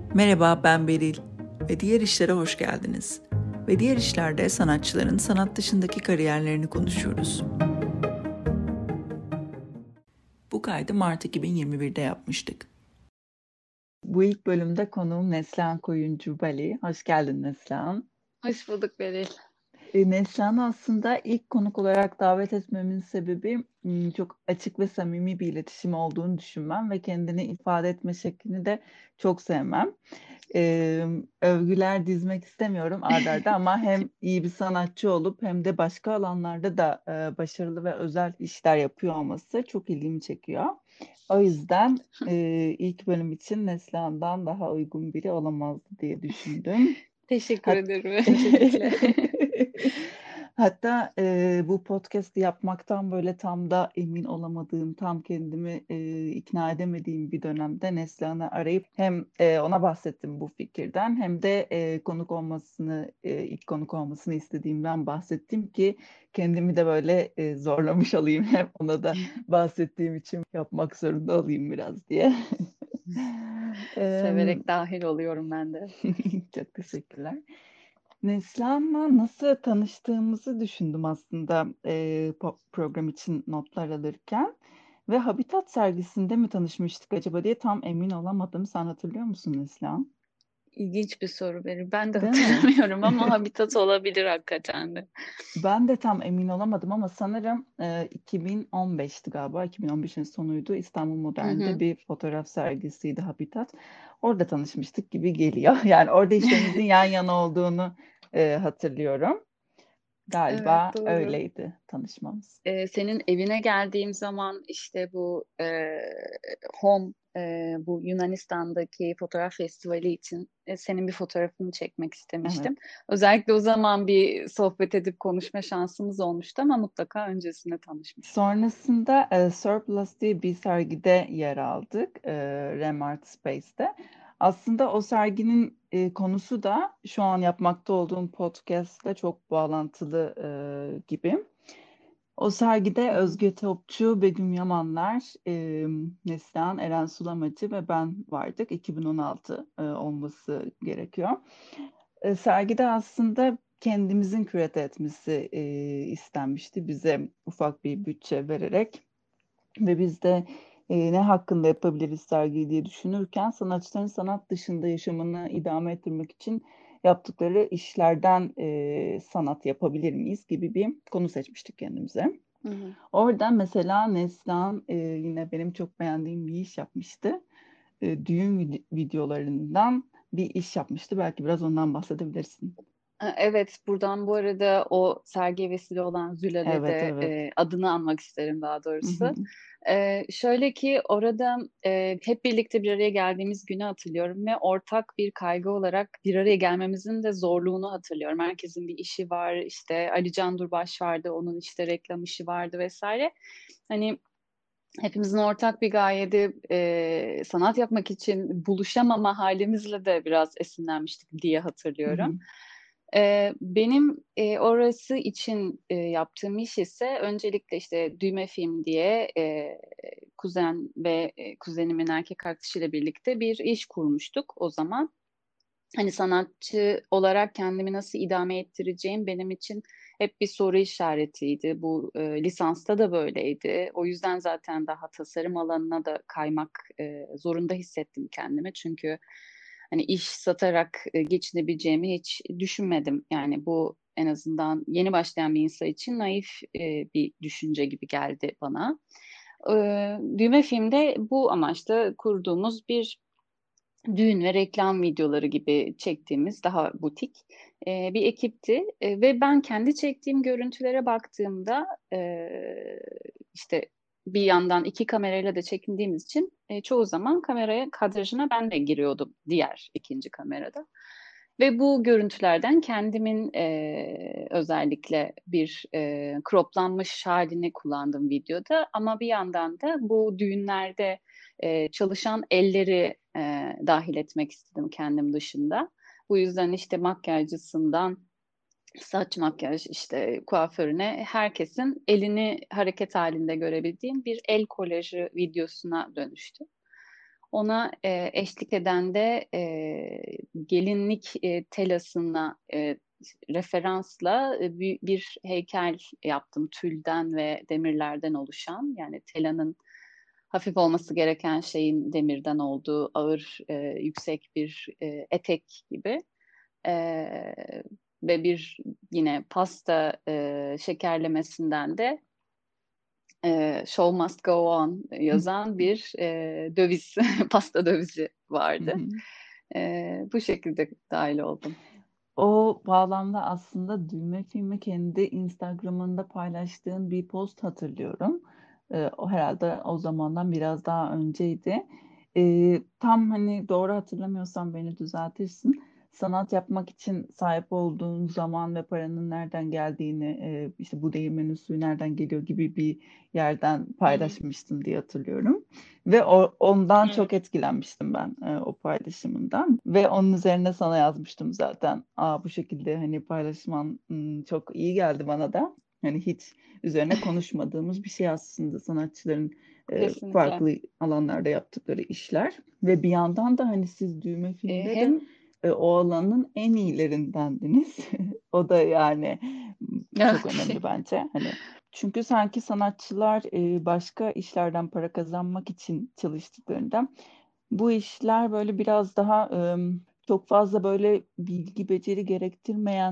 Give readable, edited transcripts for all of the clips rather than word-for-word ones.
Merhaba, ben Beril ve Diğer İşlere hoş geldiniz. Ve Diğer İşler'de sanatçıların sanat dışındaki kariyerlerini konuşuyoruz. Bu kaydı Mart 2021'de yapmıştık. Bu ilk bölümde konuğum Neslihan Koyuncu Bali. Hoş geldin Neslihan. Hoş bulduk Beril. Neslihan'ı aslında ilk konuk olarak davet etmemin sebebi çok açık ve samimi bir iletişim olduğunu düşünmem ve kendini ifade etme şeklini de çok sevmem. Övgüler dizmek istemiyorum ard arda ama hem iyi bir sanatçı olup hem de başka alanlarda da başarılı ve özel işler yapıyor olması çok ilgimi çekiyor. O yüzden ilk bölüm için Neslihan'dan daha uygun biri olamazdı diye düşündüm. Teşekkür Hat ederim öncelikle. Hatta bu podcast'i yapmaktan böyle tam da emin olamadığım, tam kendimi ikna edemediğim bir dönemde Neslihan'ı arayıp hem ona bahsettim bu fikirden hem de ilk konuk olmasını istediğimden bahsettim ki kendimi de böyle zorlamış olayım. Hem ona da bahsettiğim için yapmak zorunda olayım biraz diye. Em, Severek dahil oluyorum ben de. Çok teşekkürler. Neslihan'la nasıl tanıştığımızı düşündüm aslında program için notlar alırken. Ve Habitat sergisinde mi tanışmıştık acaba diye tam emin olamadım. Sen hatırlıyor musun Neslihan? İlginç bir soru Beril. Ben de Değil mi? hatırlamıyorum ama Habitat olabilir hakikaten de. Ben de tam emin olamadım ama sanırım 2015'ti galiba. 2015'in sonuydu. İstanbul Hı Modern'de hı. bir fotoğraf sergisiydi Habitat. Orada tanışmıştık gibi geliyor. Yani orada işlerimizin yan yana olduğunu hatırlıyorum. Evet, Galiba doğru. öyleydi tanışmamız. Senin evine geldiğim zaman işte bu Home, bu Yunanistan'daki fotoğraf festivali için senin bir fotoğrafını çekmek Evet. istemiştim. Özellikle o zaman bir sohbet edip konuşma şansımız olmuştu ama mutlaka öncesinde tanışmıştık. Sonrasında Surplus diye bir sergide yer aldık. Remart Space'te. Aslında o serginin konusu da şu an yapmakta olduğum podcast'le çok bağlantılı gibi. O sergide Hı hı. Özge Topçu, Begüm Yamanlar, Neslihan, Eren Sulamacı ve ben vardık. 2016 olması gerekiyor. Sergide aslında kendimizin kürete etmesi istenmişti bize ufak bir bütçe vererek ve biz de ne hakkında yapabiliriz sergiyi diye düşünürken sanatçıların sanat dışında yaşamını idame ettirmek için yaptıkları işlerden sanat yapabilir miyiz gibi bir konu seçmiştik kendimize. Hı hı. Oradan mesela Neslihan yine benim çok beğendiğim bir iş yapmıştı. Düğün videolarından bir iş yapmıştı. Belki biraz ondan bahsedebilirsin. Evet, buradan bu arada o sergiye vesile olan Evet, Zülale'de evet. adını anmak isterim daha Hı hı. doğrusu. Şöyle ki orada hep birlikte bir araya geldiğimiz günü hatırlıyorum ve ortak bir kaygı olarak bir araya gelmemizin de zorluğunu hatırlıyorum. Herkesin bir işi var, işte Ali Can Durbaş vardı, onun işte reklam işi vardı vesaire. Hani hepimizin ortak bir gayede sanat yapmak için buluşamama halimizle de biraz esinlenmiştik diye Hı hatırlıyorum. hı. Benim orası için yaptığım iş ise öncelikle işte Düğme Film diye kuzen ve kuzenimin erkek arkadaşıyla birlikte bir iş kurmuştuk o zaman. Hani sanatçı olarak kendimi nasıl idame ettireceğim benim için hep bir soru işaretiydi. Bu lisansta da böyleydi. O yüzden zaten daha tasarım alanına da kaymak zorunda hissettim kendimi. Çünkü hani iş satarak geçinebileceğimi hiç düşünmedim. Yani bu en azından yeni başlayan bir insan için naif bir düşünce gibi geldi bana. Düğme Film'de bu amaçla kurduğumuz bir düğün ve reklam videoları gibi çektiğimiz daha butik bir ekipti. Ve ben kendi çektiğim görüntülere baktığımda işte bir yandan iki kamerayla da çekindiğimiz için çoğu zaman kameraya kadrajına ben de giriyordum diğer ikinci kamerada. Ve bu görüntülerden kendimin özellikle bir croplanmış halini kullandım videoda. Ama bir yandan da bu düğünlerde çalışan elleri dahil etmek istedim kendim dışında. Bu yüzden işte makyajcısından saç makyaj işte kuaförüne herkesin elini hareket halinde görebildiğim bir el kolajı videosuna dönüştü. Ona eşlik eden de gelinlik telasına referansla bir heykel yaptım. Tülden ve demirlerden oluşan. Yani telanın hafif olması gereken şeyin demirden olduğu ağır, yüksek bir etek gibi. E, Ve bir yine pasta şekerlemesinden de Show Must Go On yazan bir döviz, pasta dövizi vardı. Bu şekilde dahil oldum. O bağlamda aslında Düğme filmi kendi Instagram'ında paylaştığın bir post hatırlıyorum. O herhalde o zamandan biraz daha önceydi. Tam hani doğru hatırlamıyorsam beni düzeltirsin. Sanat yapmak için sahip olduğun zaman ve paranın nereden geldiğini, işte bu değirmenin suyu nereden geliyor gibi bir yerden Hı hı. paylaşmıştın diye hatırlıyorum. Ve ondan Evet. çok etkilenmiştim ben o paylaşımından. Ve onun üzerine sana yazmıştım zaten. Bu şekilde hani paylaşman çok iyi geldi bana da. Hani hiç üzerine konuşmadığımız bir şey aslında sanatçıların Kesinlikle. farklı alanlarda yaptıkları işler. Ve bir yandan da hani siz Düğme filmde de Hem o alanın en iyilerindendiniz. O da yani çok evet. önemli bence. Hani çünkü sanki sanatçılar başka işlerden para kazanmak için çalıştıklarında bu işler böyle biraz daha çok fazla böyle bilgi beceri gerektirmeyen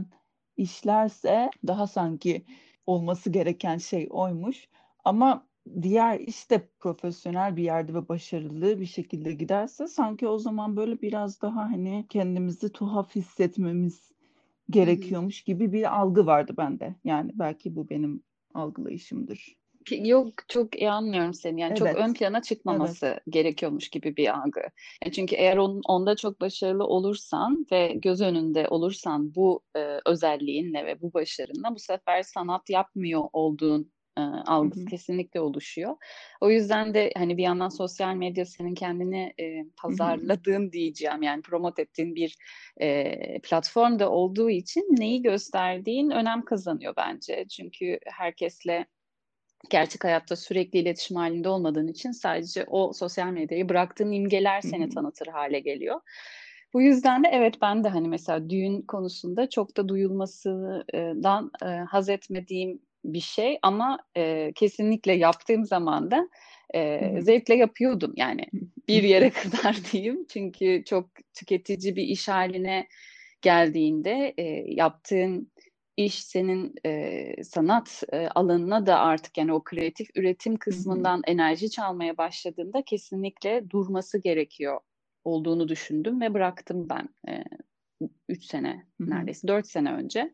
işlerse daha sanki olması gereken şey oymuş. Ama diğer işte profesyonel bir yerde ve başarılı bir şekilde giderse sanki o zaman böyle biraz daha hani kendimizi tuhaf hissetmemiz Hı hı. gerekiyormuş gibi bir algı vardı bende. Yani belki bu benim algılayışımdır. Yok, çok iyi anlıyorum seni. Yani çok ön Evet, plana evet. çıkmaması gerekiyormuş gibi bir algı. Yani çünkü eğer onda çok başarılı olursan ve göz önünde olursan bu özelliğinle ve bu başarınla bu sefer sanat yapmıyor olduğun Hı algısı hı, kesinlikle oluşuyor. O yüzden de hani bir yandan sosyal medya senin kendini hı hı, pazarladığın diyeceğim yani promote ettiğin bir platformda olduğu için neyi gösterdiğin önem kazanıyor bence. Çünkü herkesle gerçek hayatta sürekli iletişim halinde olmadığın için sadece o sosyal medyayı bıraktığın imgeler hı seni hı, tanıtır hale geliyor. Bu yüzden de evet ben de hani mesela düğün konusunda çok da duyulmasından haz etmediğim bir şey ama kesinlikle yaptığım zaman da hı hı, zevkle yapıyordum yani hı bir yere kadar diyeyim çünkü çok tüketici bir iş haline geldiğinde yaptığın iş senin sanat alanına da artık yani o kreatif üretim hı, kısmından enerji çalmaya başladığında kesinlikle durması gerekiyor olduğunu düşündüm ve bıraktım ben 3 sene hı hı, neredeyse 4 sene önce.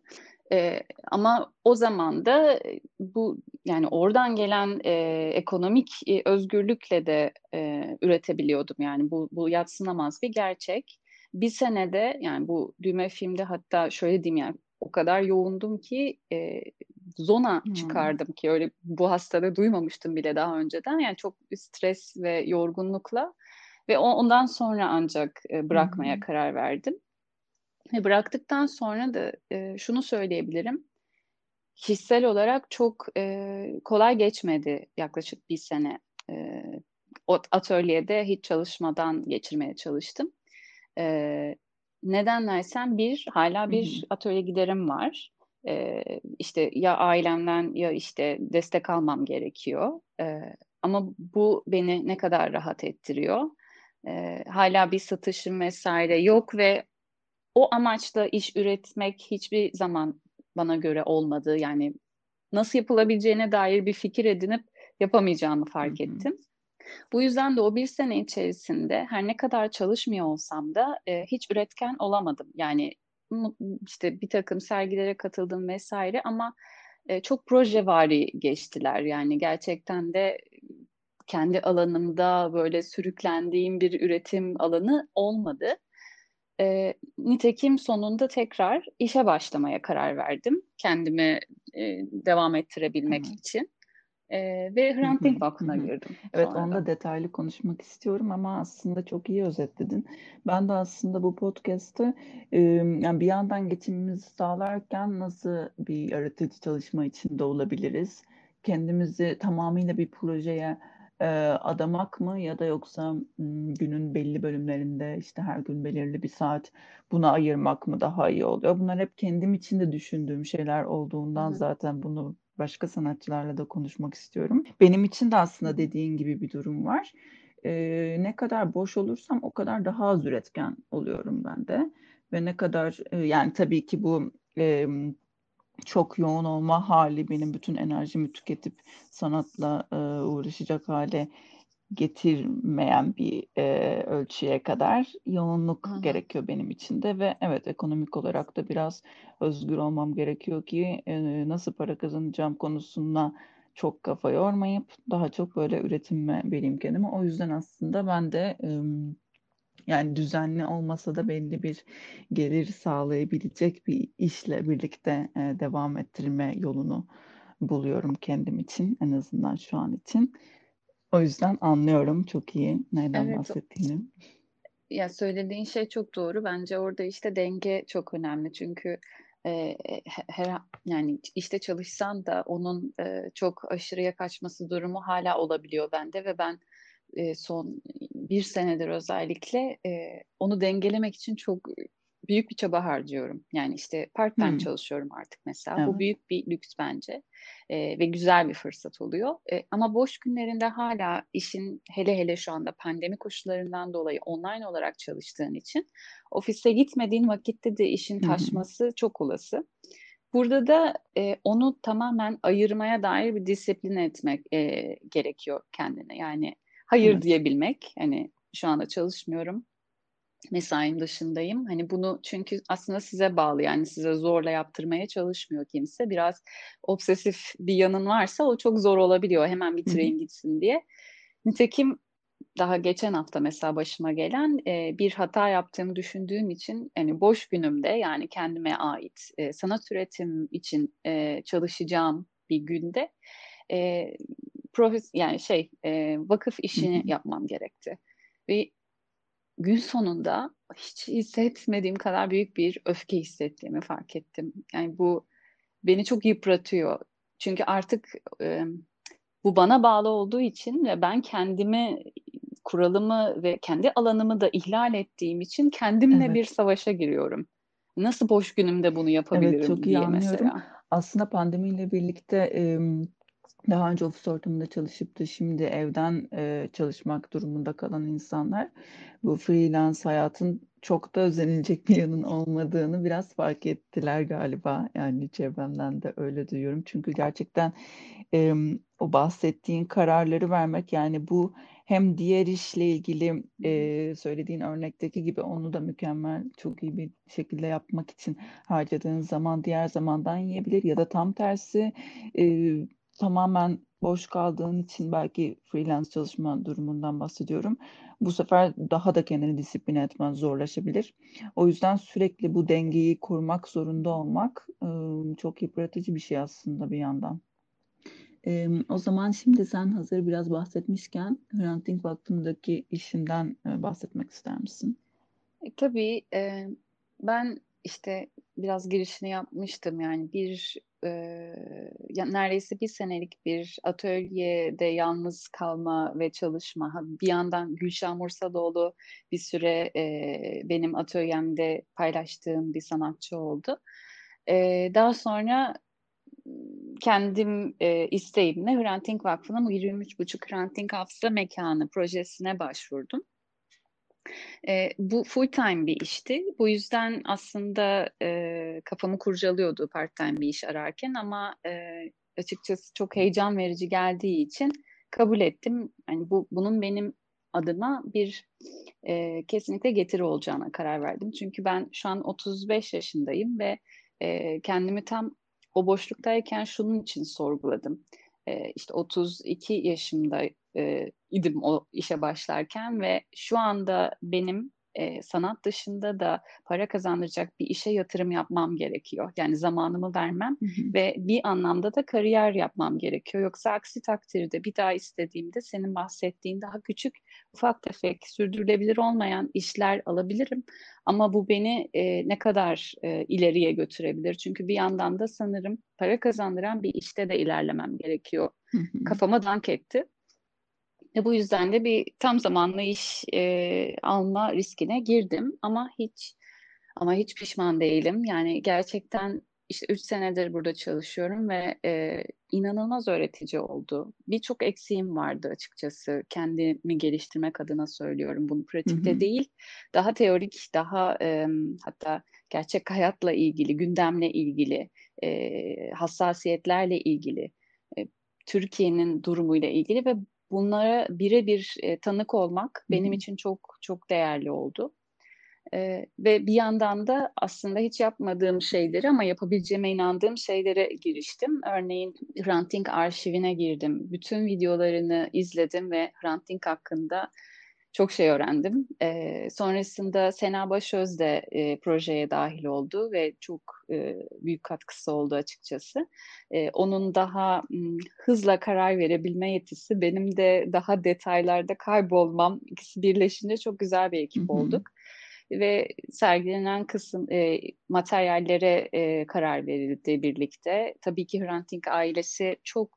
Ama o zaman da bu yani oradan gelen ekonomik özgürlükle de üretebiliyordum yani bu yadsınamaz bir gerçek. Bir senede yani bu düğme filmde hatta şöyle diyeyim yani o kadar yoğundum ki zona hı çıkardım ki öyle bu hastalığı duymamıştım bile daha önceden. Yani çok stres ve yorgunlukla ve ondan sonra ancak hı, hı bırakmaya karar verdim. Ve bıraktıktan sonra da şunu söyleyebilirim. Kişisel olarak çok kolay geçmedi yaklaşık bir sene. E, O atölyede hiç çalışmadan geçirmeye çalıştım. E, Neden dersen bir, hala hı, bir atölye giderim var. İşte ya ailemden ya işte destek almam gerekiyor. Ama bu beni ne kadar rahat ettiriyor. Hala bir satışım vesaire yok ve o amaçla iş üretmek hiçbir zaman bana göre olmadı. Yani nasıl yapılabileceğine dair bir fikir edinip yapamayacağımı hı fark hı, ettim. Bu yüzden de o bir sene içerisinde her ne kadar çalışmıyor olsam da hiç üretken olamadım. Yani işte bir takım sergilere katıldım vesaire ama çok projevari geçtiler. Yani gerçekten de kendi alanımda böyle sürüklendiğim bir üretim alanı olmadı. Nitekim sonunda tekrar işe başlamaya karar verdim. Kendimi devam ettirebilmek evet. için. Ve Hı Hrant hı, Dink hı Vakfı'na hı. girdim Evet, onu sonradan. da detaylı konuşmak istiyorum ama aslında çok iyi özetledin. Ben de aslında bu podcast'ı yani bir yandan geçimimizi sağlarken nasıl bir yaratıcı çalışma içinde olabiliriz? Kendimizi tamamıyla bir projeye adamak mı, ya da yoksa günün belli bölümlerinde işte her gün belirli bir saat buna ayırmak mı daha iyi oluyor? Bunlar hep kendim için de düşündüğüm şeyler Hı olduğundan hı. zaten bunu başka sanatçılarla da konuşmak istiyorum. Benim için de Hı aslında hı. dediğin gibi bir durum var. Ne kadar boş olursam o kadar daha az üretken oluyorum ben de. Ve ne kadar yani tabii ki bu çok yoğun olma hali benim bütün enerjimi tüketip sanatla uğraşacak hale getirmeyen bir ölçüye kadar Hı yoğunluk hı. gerekiyor benim için de. Ve evet, ekonomik olarak da biraz özgür olmam gerekiyor ki nasıl para kazanacağım konusunda çok kafa yormayıp daha çok böyle üretime vereyim kendime. O yüzden aslında ben de yani düzenli olmasa da belli bir gelir sağlayabilecek bir işle birlikte devam ettirme yolunu buluyorum kendim için, en azından şu an için. O yüzden anlıyorum çok iyi neyden Evet, bahsettiğini. ya söylediğin şey çok doğru. Bence orada işte denge çok önemli. Çünkü her yani işte çalışsan da onun çok aşırıya kaçması durumu hala olabiliyor bende ve ben son bir senedir özellikle onu dengelemek için çok büyük bir çaba harcıyorum. Yani işte part-time Hmm, çalışıyorum artık mesela. Bu evet. büyük bir lüks bence. Ve güzel bir fırsat oluyor. Ama boş günlerinde hala işin, hele hele şu anda pandemi koşullarından dolayı online olarak çalıştığın için ofise gitmediğin vakitte de işin Hı hı, taşması çok olası. Burada da onu tamamen ayırmaya dair bir disiplin etmek gerekiyor kendine. Yani hayır evet. diyebilmek. Hani şu anda çalışmıyorum, mesaim dışındayım. Hani bunu, çünkü aslında size bağlı, yani size zorla yaptırmaya çalışmıyor kimse. Biraz obsesif bir yanın varsa o çok zor olabiliyor. Hemen Hı hı, bitireyim gitsin diye. Nitekim daha geçen hafta mesela başıma gelen bir hata yaptığımı düşündüğüm için, yani boş günümde, yani kendime ait sanat üretim için çalışacağım bir günde e, yani vakıf hı hı. işini yapmam gerekti. Ve gün sonunda hiç hissetmediğim kadar büyük bir öfke hissettiğimi fark ettim. Yani bu beni çok yıpratıyor. Çünkü artık e, bu bana bağlı olduğu için ve ben kendimi, kuralımı ve kendi alanımı da ihlal ettiğim için kendimle bir Evet. savaşa giriyorum. Nasıl boş günümde bunu Evet, çok yapabilirim iyi diye anlıyorum. mesela. Aslında pandemiyle birlikte daha önce ofis ortamında çalışıp da şimdi evden çalışmak durumunda kalan insanlar bu freelance hayatın çok da özenilecek bir yanın olmadığını biraz fark ettiler galiba. Yani çevremden de öyle duyuyorum. Çünkü gerçekten o bahsettiğin kararları vermek, yani bu hem diğer işle ilgili Hı hı. söylediğin örnekteki gibi onu da mükemmel, çok iyi bir şekilde yapmak için harcadığın zaman diğer zamandan yiyebilir, ya da tam tersi tamamen boş kaldığın için belki freelance çalışma durumundan bahsediyorum. Bu sefer daha da kendini disipline etmen zorlaşabilir. O yüzden sürekli bu dengeyi kurmak zorunda olmak çok yıpratıcı bir şey aslında bir yandan. O zaman şimdi sen hazır biraz bahsetmişken Hrant Dink Vakfı'ndaki işinden bahsetmek ister misin? Tabii ben işte biraz girişini yapmıştım, yani neredeyse bir senelik bir atölyede yalnız kalma ve çalışma. Bir yandan Gülşah Mursadoğlu bir süre benim atölyemde paylaştığım bir sanatçı oldu. Daha sonra kendim isteğimle Hrant Dink Vakfı'nın 23,5 Hrant Dink Hafıza Mekanı projesine başvurdum. Bu full time bir işti. Bu yüzden aslında kafamı kurcalıyordu part-time bir iş ararken, ama açıkçası çok heyecan verici geldiği için kabul ettim. Yani bunun benim adıma bir kesinlikle getiri olacağına karar verdim. Çünkü ben şu an 35 yaşındayım ve kendimi tam o boşluktayken şunun için sorguladım. İşte 32 yaşımda idim o işe başlarken ve şu anda benim sanat dışında da para kazandıracak bir işe yatırım yapmam gerekiyor. Yani zamanımı vermem Hı hı. ve bir anlamda da kariyer yapmam gerekiyor. Yoksa aksi takdirde bir daha istediğimde senin bahsettiğin daha küçük, ufak tefek, sürdürülebilir olmayan işler alabilirim. Ama bu beni ne kadar ileriye götürebilir? Çünkü bir yandan da sanırım para kazandıran bir işte de ilerlemem gerekiyor. Hı hı. Kafama dank etti. Bu yüzden de bir tam zamanlı iş alma riskine girdim ama hiç pişman değilim. Yani gerçekten işte 3 senedir burada çalışıyorum ve inanılmaz öğretici oldu. Birçok eksiğim vardı açıkçası. Kendimi geliştirmek adına söylüyorum. Bunu Hı pratikte hı. değil, daha teorik, daha hatta gerçek hayatla ilgili, gündemle ilgili, hassasiyetlerle ilgili, e, Türkiye'nin durumuyla ilgili ve bunlara birebir tanık olmak Hı hı. benim için çok çok değerli oldu. Ve bir yandan da aslında hiç yapmadığım şeyleri ama yapabileceğime inandığım şeylere giriştim. Örneğin Hrant Dink arşivine girdim. Bütün videolarını izledim ve Hrant Dink hakkında çok şey öğrendim. Sonrasında Sena Başöz de projeye dahil oldu ve çok büyük katkısı oldu açıkçası. Onun daha hızla karar verebilme yetisi, benim de daha detaylarda kaybolmam, ikisi birleşince çok güzel bir Hı ekip hı. olduk. Ve sergilenen kısım materyallere karar verildi birlikte. Tabii ki Hrant Dink ailesi çok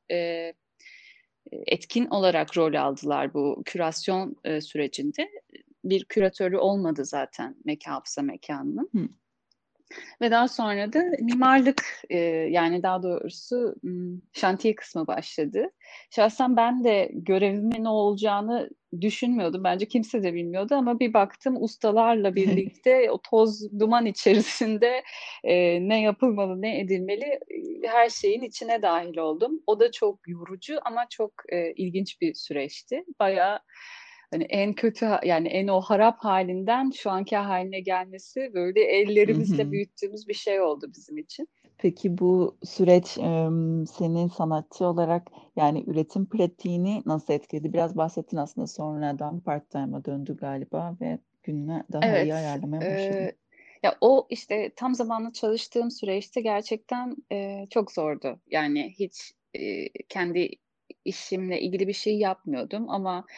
etkin olarak rol aldılar bu kürasyon sürecinde. Bir küratörü olmadı zaten Hafıza Mekanı'nın. Hı. Ve daha sonra da mimarlık yani daha doğrusu şantiye kısmı başladı. Şahsen ben de görevimin ne olacağını düşünmüyordum. Bence kimse de bilmiyordu ama bir baktım ustalarla birlikte o toz duman içerisinde ne yapılmalı ne edilmeli her şeyin içine dahil oldum. O da çok yorucu ama çok ilginç bir süreçti. Bayağı hani en kötü yani en o harap halinden şu anki haline gelmesi böyle Hı ellerimizle hı. büyüttüğümüz bir şey oldu bizim için. Peki bu süreç senin sanatçı olarak yani üretim pratiğini nasıl etkiledi? Biraz bahsettin aslında, sonradan part-time'a döndü galiba ve gününe daha iyi Evet, ayarlamaya başladın. e, ya o işte tam zamanlı çalıştığım süreçte gerçekten çok zordu. Yani hiç kendi işimle ilgili bir şey yapmıyordum ama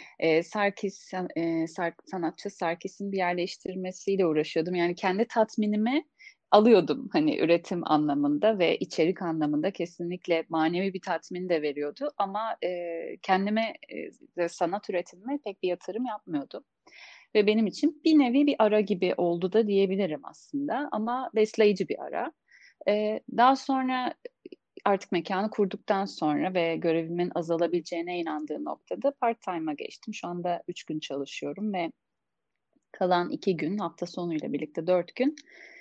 sanatçı Sarkis'in bir yerleştirmesiyle uğraşıyordum. Yani kendi tatminimi alıyordum hani üretim anlamında ve içerik anlamında kesinlikle manevi bir tatmin de veriyordu ama kendime de sanat üretimime pek bir yatırım yapmıyordum. Ve benim için bir nevi bir ara gibi oldu da diyebilirim aslında ama besleyici bir ara. Daha sonra artık mekanı kurduktan sonra ve görevimin azalabileceğine inandığım noktada part-time'a geçtim. Şu anda 3 gün çalışıyorum ve kalan 2 gün hafta sonuyla birlikte 4 gün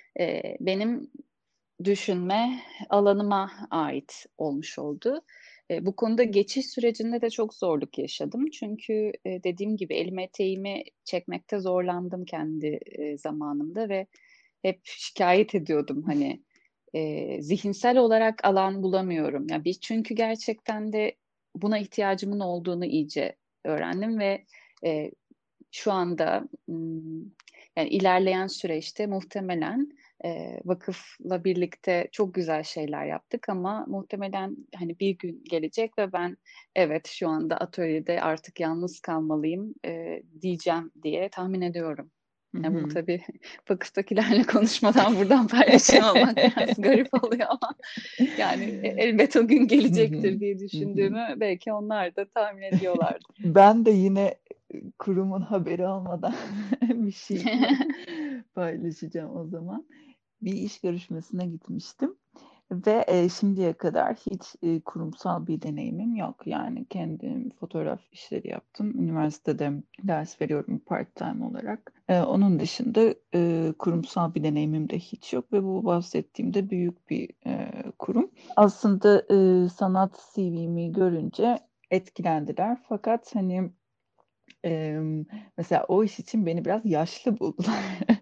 benim düşünme alanıma ait olmuş oldu. Bu konuda geçiş sürecinde de çok zorluk yaşadım. Çünkü dediğim gibi elime eteğimi çekmekte zorlandım kendi zamanımda ve hep şikayet ediyordum hani zihinsel olarak alan bulamıyorum. Ya biz çünkü gerçekten de buna ihtiyacımın olduğunu iyice öğrendim ve e, şu anda yani ilerleyen süreçte muhtemelen vakıfla birlikte çok güzel şeyler yaptık ama muhtemelen hani bir gün gelecek ve ben evet şu anda atölyede artık yalnız kalmalıyım diyeceğim diye tahmin ediyorum. Hı Yani bu hı. tabii vakıftakilerle konuşmadan buradan paylaşım olmak biraz garip oluyor ama yani elbet o gün Hı hı. gelecektir diye Hı hı. düşündüğümü belki onlar da tahmin ediyorlardı. Ben de yine kurumun haberi olmadan bir şeyler paylaşacağım o zaman. Bir iş görüşmesine gitmiştim ve şimdiye kadar hiç kurumsal bir deneyimim yok. Yani kendim fotoğraf işleri yaptım. Üniversitede ders veriyorum part-time olarak. Onun dışında kurumsal bir deneyimim de hiç yok ve bu bahsettiğimde büyük bir kurum. Aslında sanat CV'mi görünce etkilendiler. Fakat hani e, mesela o iş için beni biraz yaşlı buldular.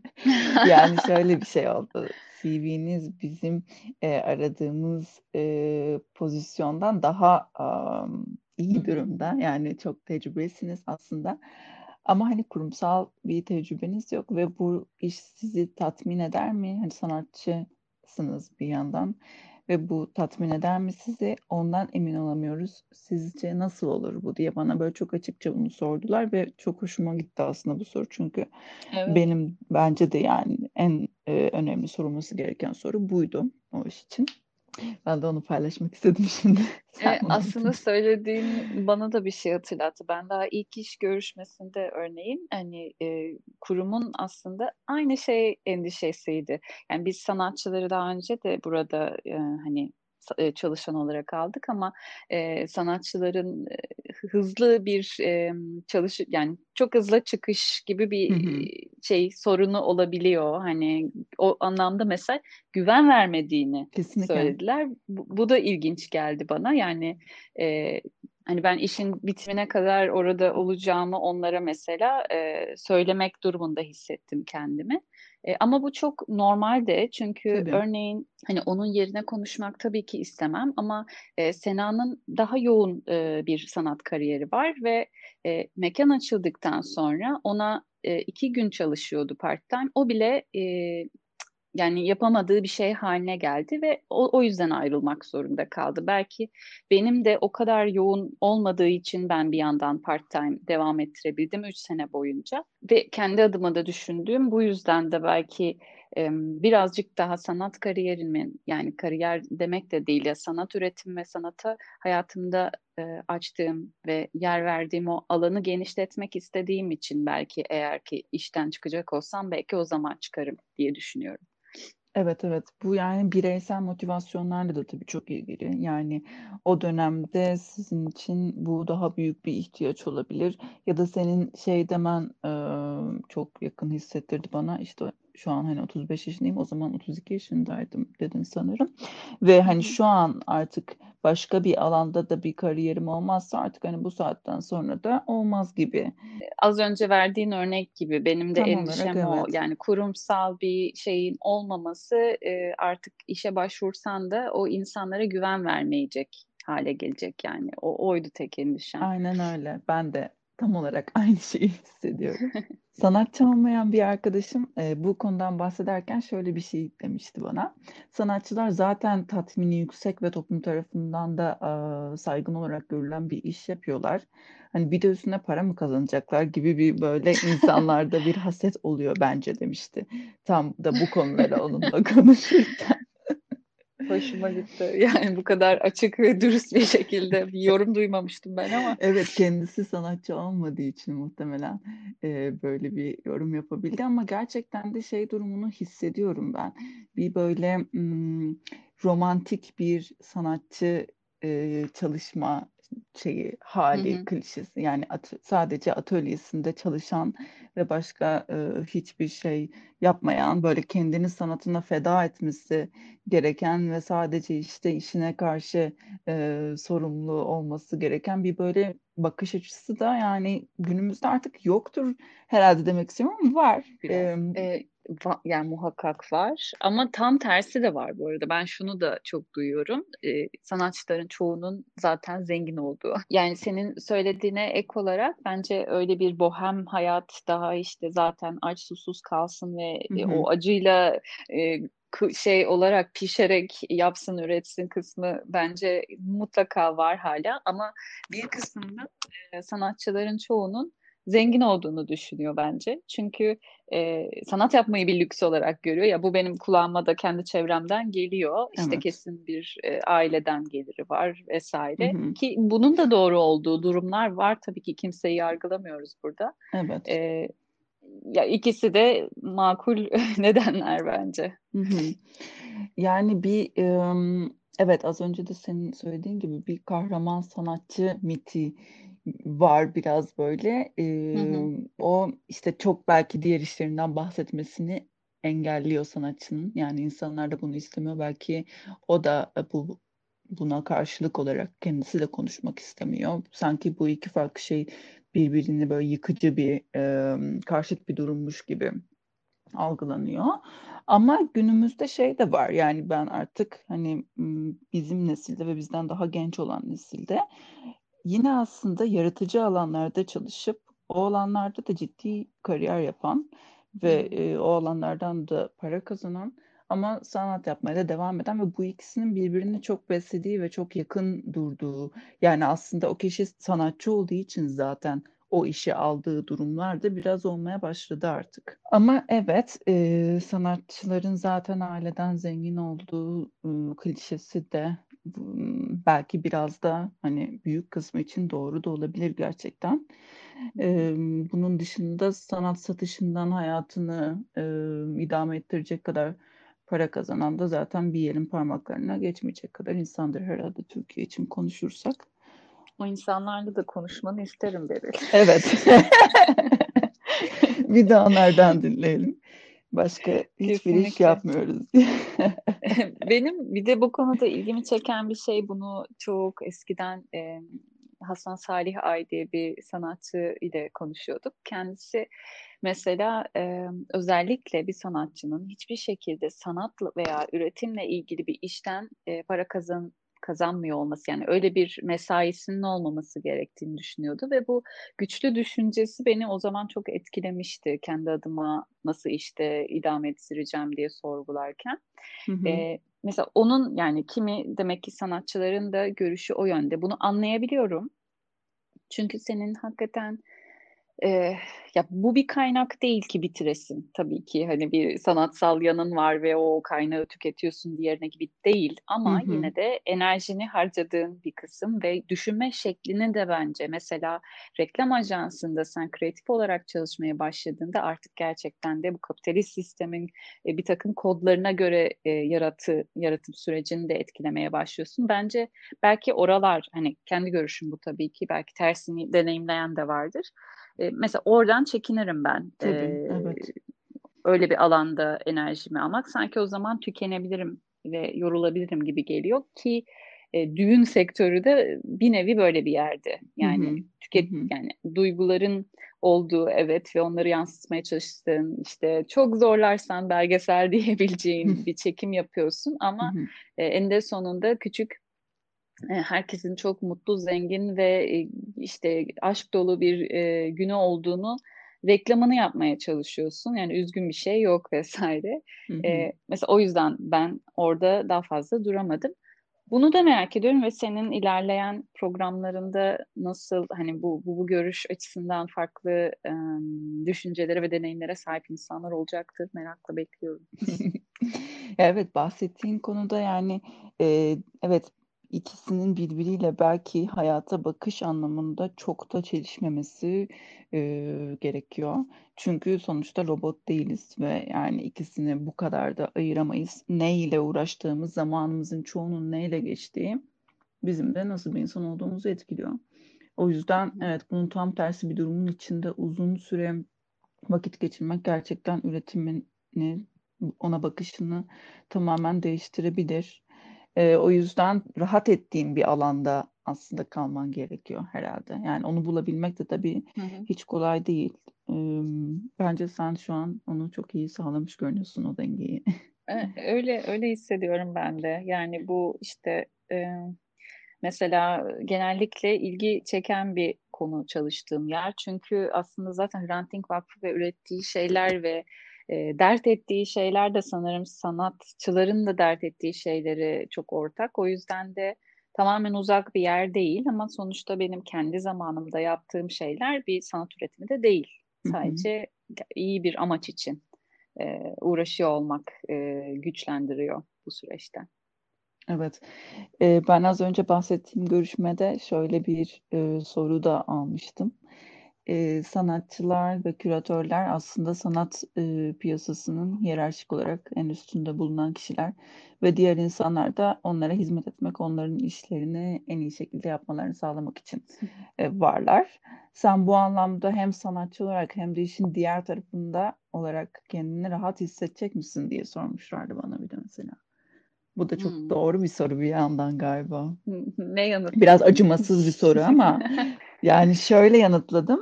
Yani şöyle bir şey oldu. CV'niz bizim aradığımız pozisyondan daha iyi durumda. Yani çok tecrübelisiniz aslında. Ama hani kurumsal bir tecrübeniz yok ve bu iş sizi tatmin eder mi? Hani sanatçısınız bir yandan ve bu tatmin eder mi sizi? Ondan emin olamıyoruz. Sizce nasıl olur bu diye bana böyle çok açıkça bunu sordular ve çok hoşuma gitti aslında bu soru. Çünkü Evet. bence de yani en önemli sorulması gereken soru buydu o iş için. Ben de onu paylaşmak istedim şimdi. Sen bunu Aslında anlatınca. söylediğin bana da bir şey hatırlattı. Ben daha ilk iş görüşmesinde örneğin hani kurumun aslında aynı şey endişesiydi. Yani biz sanatçıları daha önce de burada hani çalışan olarak aldık ama sanatçıların hızlı bir yani çok hızlı çıkış gibi Hı bir hı. şey sorunu olabiliyor. Hani o anlamda mesela güven vermediğini Kesinlikle. söylediler. Bu da ilginç geldi bana. Yani e, hani ben işin bitimine kadar orada olacağımı onlara mesela söylemek durumunda hissettim kendimi. Ama bu çok normal de çünkü Tabii. örneğin hani onun yerine konuşmak tabii ki istemem ama Sena'nın daha yoğun bir sanat kariyeri var ve mekan açıldıktan sonra ona 2 gün çalışıyordu part-time. O bile yani yapamadığı bir şey haline geldi ve o yüzden ayrılmak zorunda kaldı. Belki benim de o kadar yoğun olmadığı için ben bir yandan part-time devam ettirebildim 3 sene boyunca. Ve kendi adıma da düşündüğüm bu yüzden de belki birazcık daha sanat kariyerimin yani kariyer demek de değil ya sanat üretim ve sanata hayatımda açtığım ve yer verdiğim o alanı genişletmek istediğim için belki eğer ki işten çıkacak olsam belki o zaman çıkarım diye düşünüyorum. Evet, evet, bu yani bireysel motivasyonlarla da tabii çok ilgili. Yani o dönemde sizin için bu daha büyük bir ihtiyaç olabilir. Ya da senin şey demen çok yakın hissettirdi bana. İşte şu an hani 35 yaşındayım, o zaman 32 yaşındaydım dedin sanırım. Ve Hı hani hı. şu an artık başka bir alanda da bir kariyerim olmazsa artık hani bu saatten sonra da olmaz gibi. Az önce verdiğin örnek gibi benim de Tam olarak endişem o. evet. Yani kurumsal bir şeyin olmaması artık işe başvursan da o insanlara güven vermeyecek hale gelecek yani. Oydu tek endişem. Aynen öyle. Ben de tam olarak aynı şeyi hissediyorum. Sanatçı olmayan bir arkadaşım bu konudan bahsederken şöyle bir şey demişti bana. Sanatçılar zaten tatmini yüksek ve toplum tarafından da saygın olarak görülen bir iş yapıyorlar. Hani bir de üstüne para mı kazanacaklar gibi bir böyle insanlarda bir haset oluyor bence demişti. Tam da bu konuları onunla konuşurken. Hoşuma gitti. Yani bu kadar açık ve dürüst bir şekilde bir yorum duymamıştım ben ama. Evet, kendisi sanatçı olmadığı için muhtemelen böyle bir yorum yapabildi ama gerçekten de şey durumunu hissediyorum ben. Bir böyle romantik bir sanatçı çalışma şeyi Hı hali hı. klişesi yani sadece atölyesinde çalışan ve başka hiçbir şey yapmayan böyle kendini sanatına feda etmesi gereken ve sadece işte işine karşı sorumlu olması gereken bir böyle bakış açısı da yani günümüzde artık yoktur herhalde demek istiyorum ama var. Biraz. Yani muhakkak var ama tam tersi de var bu arada. Ben şunu da çok duyuyorum. Sanatçıların çoğunun zaten zengin olduğu. Yani senin söylediğine ek olarak bence öyle bir bohem hayat daha işte zaten aç susuz kalsın ve Hı hı. o acıyla e, şey olarak pişerek yapsın üretsin kısmı bence mutlaka var hala ama bir kısmında sanatçıların çoğunun zengin olduğunu düşünüyor bence. Çünkü sanat yapmayı bir lüks olarak görüyor. Ya bu benim kulağıma da kendi çevremden geliyor. İşte Evet. kesin bir aileden geliri var Hı vesaire. hı. Ki bunun da doğru olduğu durumlar var. Tabii ki kimseyi yargılamıyoruz burada. Evet. E, Ya ikisi de makul nedenler bence. Hı hı. Yani evet, az önce de senin söylediğin gibi bir kahraman sanatçı miti var biraz böyle. Hı hı. O işte çok belki diğer işlerinden bahsetmesini engelliyor sanatçının. Yani insanlar da bunu istemiyor. Belki o da buna karşılık olarak kendisi de konuşmak istemiyor. Sanki bu iki farklı şey birbirini böyle yıkıcı bir karşıt bir durummuş gibi algılanıyor. Ama günümüzde şey de var yani ben artık hani bizim nesilde ve bizden daha genç olan nesilde yine aslında yaratıcı alanlarda çalışıp o alanlarda da ciddi kariyer yapan Hı ve hı. o alanlardan da para kazanan ama sanat yapmaya da devam eden ve bu ikisinin birbirini çok beslediği ve çok yakın durduğu yani aslında o kişi sanatçı olduğu için zaten o işi aldığı durumlar da biraz olmaya başladı artık. Ama evet, sanatçıların zaten aileden zengin olduğu klişesi de belki biraz da hani büyük kısmı için doğru da olabilir gerçekten. Hı hı. Bunun dışında sanat satışından hayatını idame ettirecek kadar para kazanan da zaten bir yerin parmaklarına geçmeyecek kadar insandır herhalde Türkiye için konuşursak. O insanlarla da konuşmanı isterim Beril. Evet. Bir de onlardan dinleyelim. Başka hiçbir iş Kesinlikle. yapmıyoruz. Benim bir de bu konuda ilgimi çeken bir şey, bunu çok eskiden Hasan Salih Ay diye bir sanatçı ile konuşuyorduk. Kendisi mesela özellikle bir sanatçının hiçbir şekilde sanatla veya üretimle ilgili bir işten para kazanmıyor olması, yani öyle bir mesaisinin olmaması gerektiğini düşünüyordu ve bu güçlü düşüncesi beni o zaman çok etkilemişti, kendi adıma nasıl işte idame ettireceğim diye sorgularken. Hı hı. Mesela onun, yani kimi demek ki sanatçıların da görüşü o yönde. Bunu anlayabiliyorum. Çünkü senin hakikaten ee, ya bu bir kaynak değil ki bitiresin. Tabii ki hani bir sanatsal yanın var ve o kaynağı tüketiyorsun, diğerine gibi değil. Hı Ama hı. yine de enerjini harcadığın bir kısım ve düşünme şeklini de bence, mesela reklam ajansında sen kreatif olarak çalışmaya başladığında artık gerçekten de bu kapitalist sistemin bir takım kodlarına göre yaratım sürecini de etkilemeye başlıyorsun. Bence belki oralar, hani kendi görüşüm bu tabii ki, belki tersini deneyimleyen de vardır. Mesela oradan çekinirim ben. Tabii, evet. Öyle bir alanda enerjimi almak. Sanki o zaman tükenebilirim ve yorulabilirim gibi geliyor ki düğün sektörü de bir nevi böyle bir yerde. Hı Yani hı. Hı tüket, hı. yani duyguların olduğu, evet, ve onları yansıtmaya çalıştığın, işte çok zorlarsan belgesel diyebileceğin bir çekim yapıyorsun Hı ama hı. eninde sonunda küçük, herkesin çok mutlu, zengin ve işte aşk dolu bir günü olduğunu reklamını yapmaya çalışıyorsun. Yani üzgün bir şey yok vesaire. Hı hı. Mesela o yüzden ben orada daha fazla duramadım. Bunu da merak ediyorum ve senin ilerleyen programlarında nasıl, hani bu görüş açısından farklı düşüncelere ve deneyimlere sahip insanlar olacaktır. Merakla bekliyorum. Evet, bahsettiğin konuda yani evet, ikisinin birbiriyle belki hayata bakış anlamında çok da çelişmemesi gerekiyor. Çünkü sonuçta robot değiliz ve yani ikisini bu kadar da ayıramayız. Ne ile uğraştığımız, zamanımızın çoğunun neyle geçtiği bizim de nasıl bir insan olduğumuzu etkiliyor. O yüzden evet, bunun tam tersi bir durumun içinde uzun süre vakit geçirmek gerçekten üretimini, ona bakışını tamamen değiştirebilir. O yüzden rahat ettiğin bir alanda aslında kalman gerekiyor herhalde. Yani onu bulabilmek de tabii Hı hı. hiç kolay değil. Ee, Bence sen şu an onu çok iyi sağlamış görünüyorsun, o dengeyi. Öyle öyle hissediyorum ben de. Yani bu işte mesela genellikle ilgi çeken bir konu çalıştığım yer. Çünkü aslında zaten Hrant Dink Vakfı ve ürettiği şeyler ve dert ettiği şeyler de sanırım sanatçıların da dert ettiği şeyleri çok ortak. O yüzden de tamamen uzak bir yer değil ama sonuçta benim kendi zamanımda yaptığım şeyler bir sanat üretimi de değil. Hı hı. Sadece iyi bir amaç için uğraşıyor olmak güçlendiriyor bu süreçte. Evet. Ben az önce bahsettiğim görüşmede şöyle bir soru da almıştım. Sanatçılar ve küratörler aslında sanat piyasasının hiyerarşik olarak en üstünde bulunan kişiler ve diğer insanlar da onlara hizmet etmek, onların işlerini en iyi şekilde yapmalarını sağlamak için varlar. Sen bu anlamda hem sanatçı olarak hem de işin diğer tarafında olarak kendini rahat hissedecek misin diye sormuşlardı bana bir de mesela. Bu da çok Hmm. doğru bir soru bir yandan galiba. Ne Biraz yanıtladın? acımasız bir soru ama yani şöyle yanıtladım.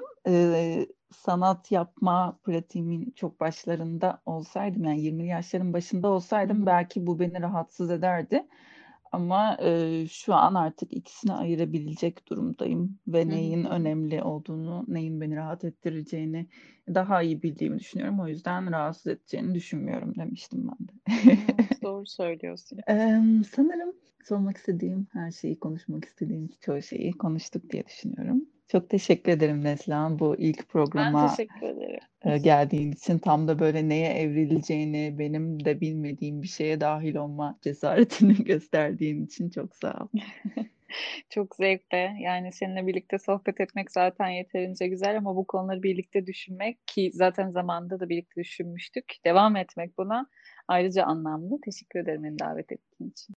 Sanat yapma pratiğimin çok başlarında olsaydım, yani 20 yaşların başında Hı olsaydım hı, belki bu beni rahatsız ederdi. Ama şu an artık ikisini ayırabilecek durumdayım ve hı hı, neyin hı hı. önemli olduğunu, neyin beni rahat ettireceğini daha iyi bildiğimi düşünüyorum. O yüzden rahatsız edeceğini düşünmüyorum demiştim ben de. Evet, doğru söylüyorsun. Sanırım sormak istediğim her şeyi, konuşmak istediğim çoğu şeyi konuştuk diye düşünüyorum. Çok teşekkür ederim Neslihan, bu ilk Ben programa teşekkür ederim. geldiğin için. Tam da böyle neye evrileceğini, benim de bilmediğim bir şeye dahil olma cesaretini gösterdiğin için çok sağ ol. Çok zevkle. Yani seninle birlikte sohbet etmek zaten yeterince güzel ama bu konuları birlikte düşünmek ki zaten zamanında da birlikte düşünmüştük. Devam etmek buna ayrıca anlamlı. Teşekkür ederim beni davet ettiğin için.